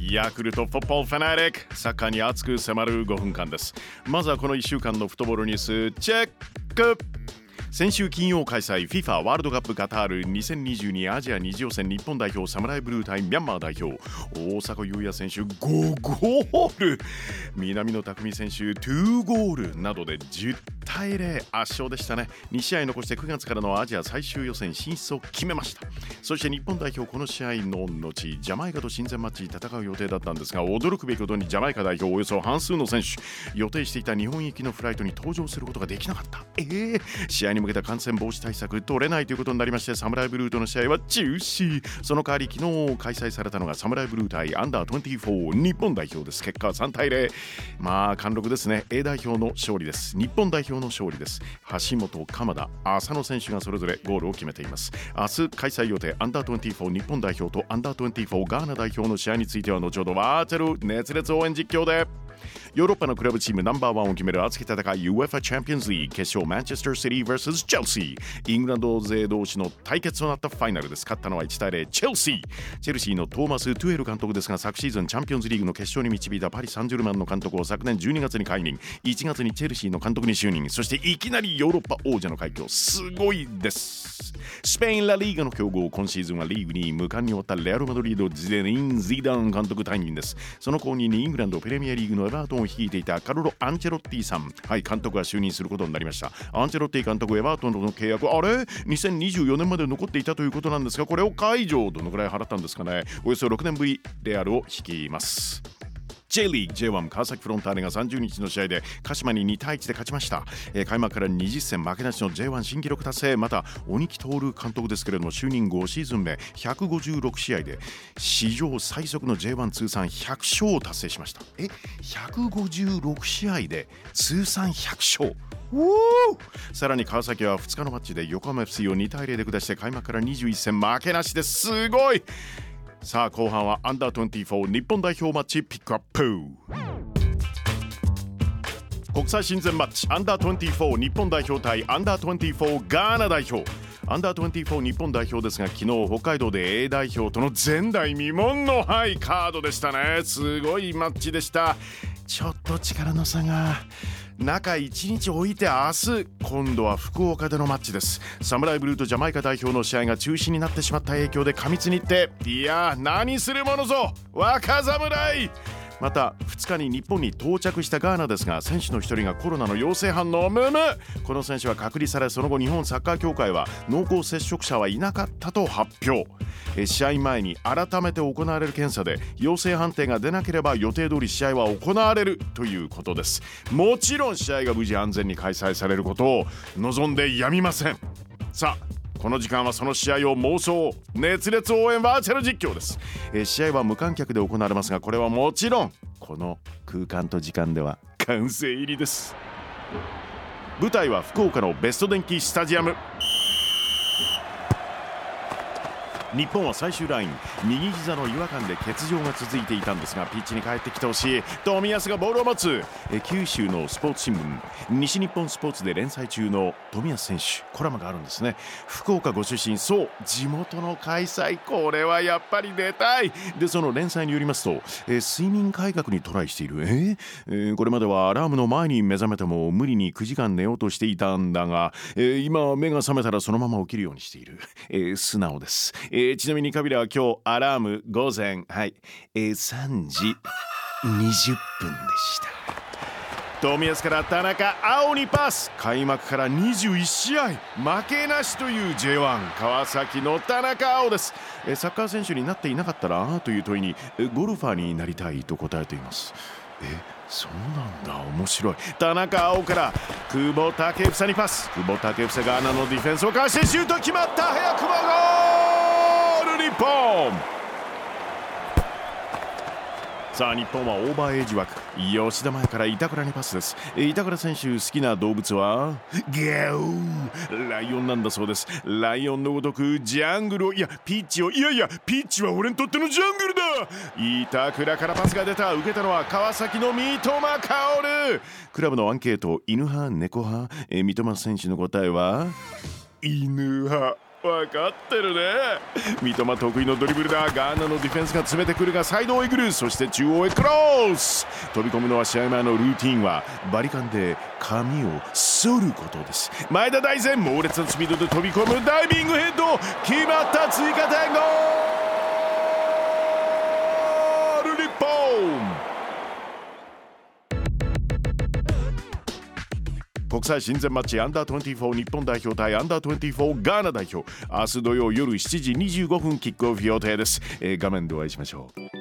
ヤクルトフットボールファナリック、サッカーに熱く迫る5分間です。まずはこの1週間のフットボールニュースチェック。先週金曜開催 FIFA ワールドカップカタール2022アジア2次予選日本代表サムライブルー対ミャンマー代表、大迫勇也選手5ゴール、南野拓実選手2ゴールなどで10対0圧勝でしたね。2試合残して9月からのアジア最終予選進出を決めました。そして日本代表この試合の後ジャマイカと親善マッチ戦う予定だったんですが、驚くべきことにジャマイカ代表およそ半数の選手予定していた日本行きのフライトに搭乗することができなかった。試合に向けた感染防止対策取れないということになりまして、サムライブルーとの試合は中止。その代わり昨日開催されたのがサムライブルー対アンダー24日本代表です。結果は3対0。貫禄ですね。 A 代表の勝利です。日本代表の勝利です。橋本、鎌田、浅野選手がそれぞれゴールを決めています。明日開催予定アンダー24日本代表とアンダー24ガーナ代表の試合については後ほどワーチャル熱烈応援実況で。ヨーロッパのクラブチームナンバーワンを決める熱き戦い UEFA チャンピオンズリーグ決勝、マンチェスターシティ vs チェルシー。イングランド勢同士の対決となったファイナルです。勝ったのは1対0チェルシー。チェルシーのトーマス・トゥエル監督ですが、昨シーズンチャンピオンズリーグの決勝に導いたパリ・サンジェルマンの監督を昨年12月に解任、1月にチェルシーの監督に就任、そしていきなりヨーロッパ王者の快挙、すごいです。スペイン・ラ・リーガの強豪、今シーズンはリーグに無冠に終わったレアル・マドリードゼネリン・ジダン監督退任です。その後任にイングランドプレミアリーグのエバートンを率いていたカルロ・アンチェロッティさん、監督が就任することになりました。アンチェロッティ監督、エバートンとの契約2024年まで残っていたということなんですが、これを解除、どのくらい払ったんですかね。およそ6年ぶりレアルを率います。J リーグ J1 川崎フロンターレが30日の試合で鹿島に2対1で勝ちました。開幕から20戦負けなしの J1 新記録達成。また鬼木徹監督ですけれども、就任5シーズン目156試合で史上最速の J1 通算100勝を達成しました。156試合で通算100勝。さらに川崎は2日のマッチで横浜 FC を2対0で下して開幕から21戦負けなしです。すごい。さあ後半はアンダー24日本代表マッチピックアップ。国際親善マッチアンダー24日本代表対アンダー24ガーナ代表。アンダー24日本代表ですが、昨日北海道で A 代表との前代未聞のカードでしたね。すごいマッチでした。ちょっと力の差が。中1日置いて明日、今度は福岡でのマッチです。サムライブルーとジャマイカ代表の試合が中止になってしまった影響で過密日程。いや何するものぞ若侍。また2日に日本に到着したガーナですが、選手の1人がコロナの陽性反応。この選手は隔離され、その後日本サッカー協会は濃厚接触者はいなかったと発表。試合前に改めて行われる検査で陽性判定が出なければ予定通り試合は行われるということです。もちろん試合が無事安全に開催されることを望んでやみません。さあこの時間はその試合を妄想熱烈応援バーチャル実況です。試合は無観客で行われますが、これはもちろんこの空間と時間では完成入りです。舞台は福岡のベスト電機スタジアム。日本は最終ライン右膝の違和感で欠場が続いていたんですが、ピッチに帰ってきてほしい。冨安がボールを持つ。九州のスポーツ新聞西日本スポーツで連載中の冨安選手コラムがあるんですね。福岡ご出身、そう地元の開催、これはやっぱり出たい。でその連載によりますと、睡眠改革にトライしている。これまではアラームの前に目覚めても無理に9時間寝ようとしていたんだが、今目が覚めたらそのまま起きるようにしている。素直です。ちなみにカビラは今日アラーム午前3時20分でした。冨安から田中碧にパス。開幕から21試合負けなしという J1 川崎の田中碧です。サッカー選手になっていなかったらという問いにゴルファーになりたいと答えています。そうなんだ、面白い。田中碧から久保建英にパス。久保建英が穴のディフェンスをかわしてシュート決まった。早くもゴール日本。さあ日本はオーバーエイジ枠。吉田前から板倉にパスです。板倉選手好きな動物はライオンなんだそうです。ライオンのごとくジャングルをピッチをピッチは俺にとってのジャングルだ。板倉からパスが出た。受けたのは川崎の三笘薫。クラブのアンケート、犬派猫派、三笘選手の答えは犬派。 分かってるね。三笘得意のドリブルだ。ガーナのディフェンスが詰めてくるがサイドをえぐる。そして中央へクロス。飛び込むのは試合前のルーティンはバリカンで髪を剃ることです。前田大然猛烈なスピードで飛び込む。ダイビングヘッド決まった。追加点ゴール日本。国際親善マッチアンダー24日本代表対アンダー24ガーナ代表、明日土曜夜7時25分キックオフ予定です。画面でお会いしましょう。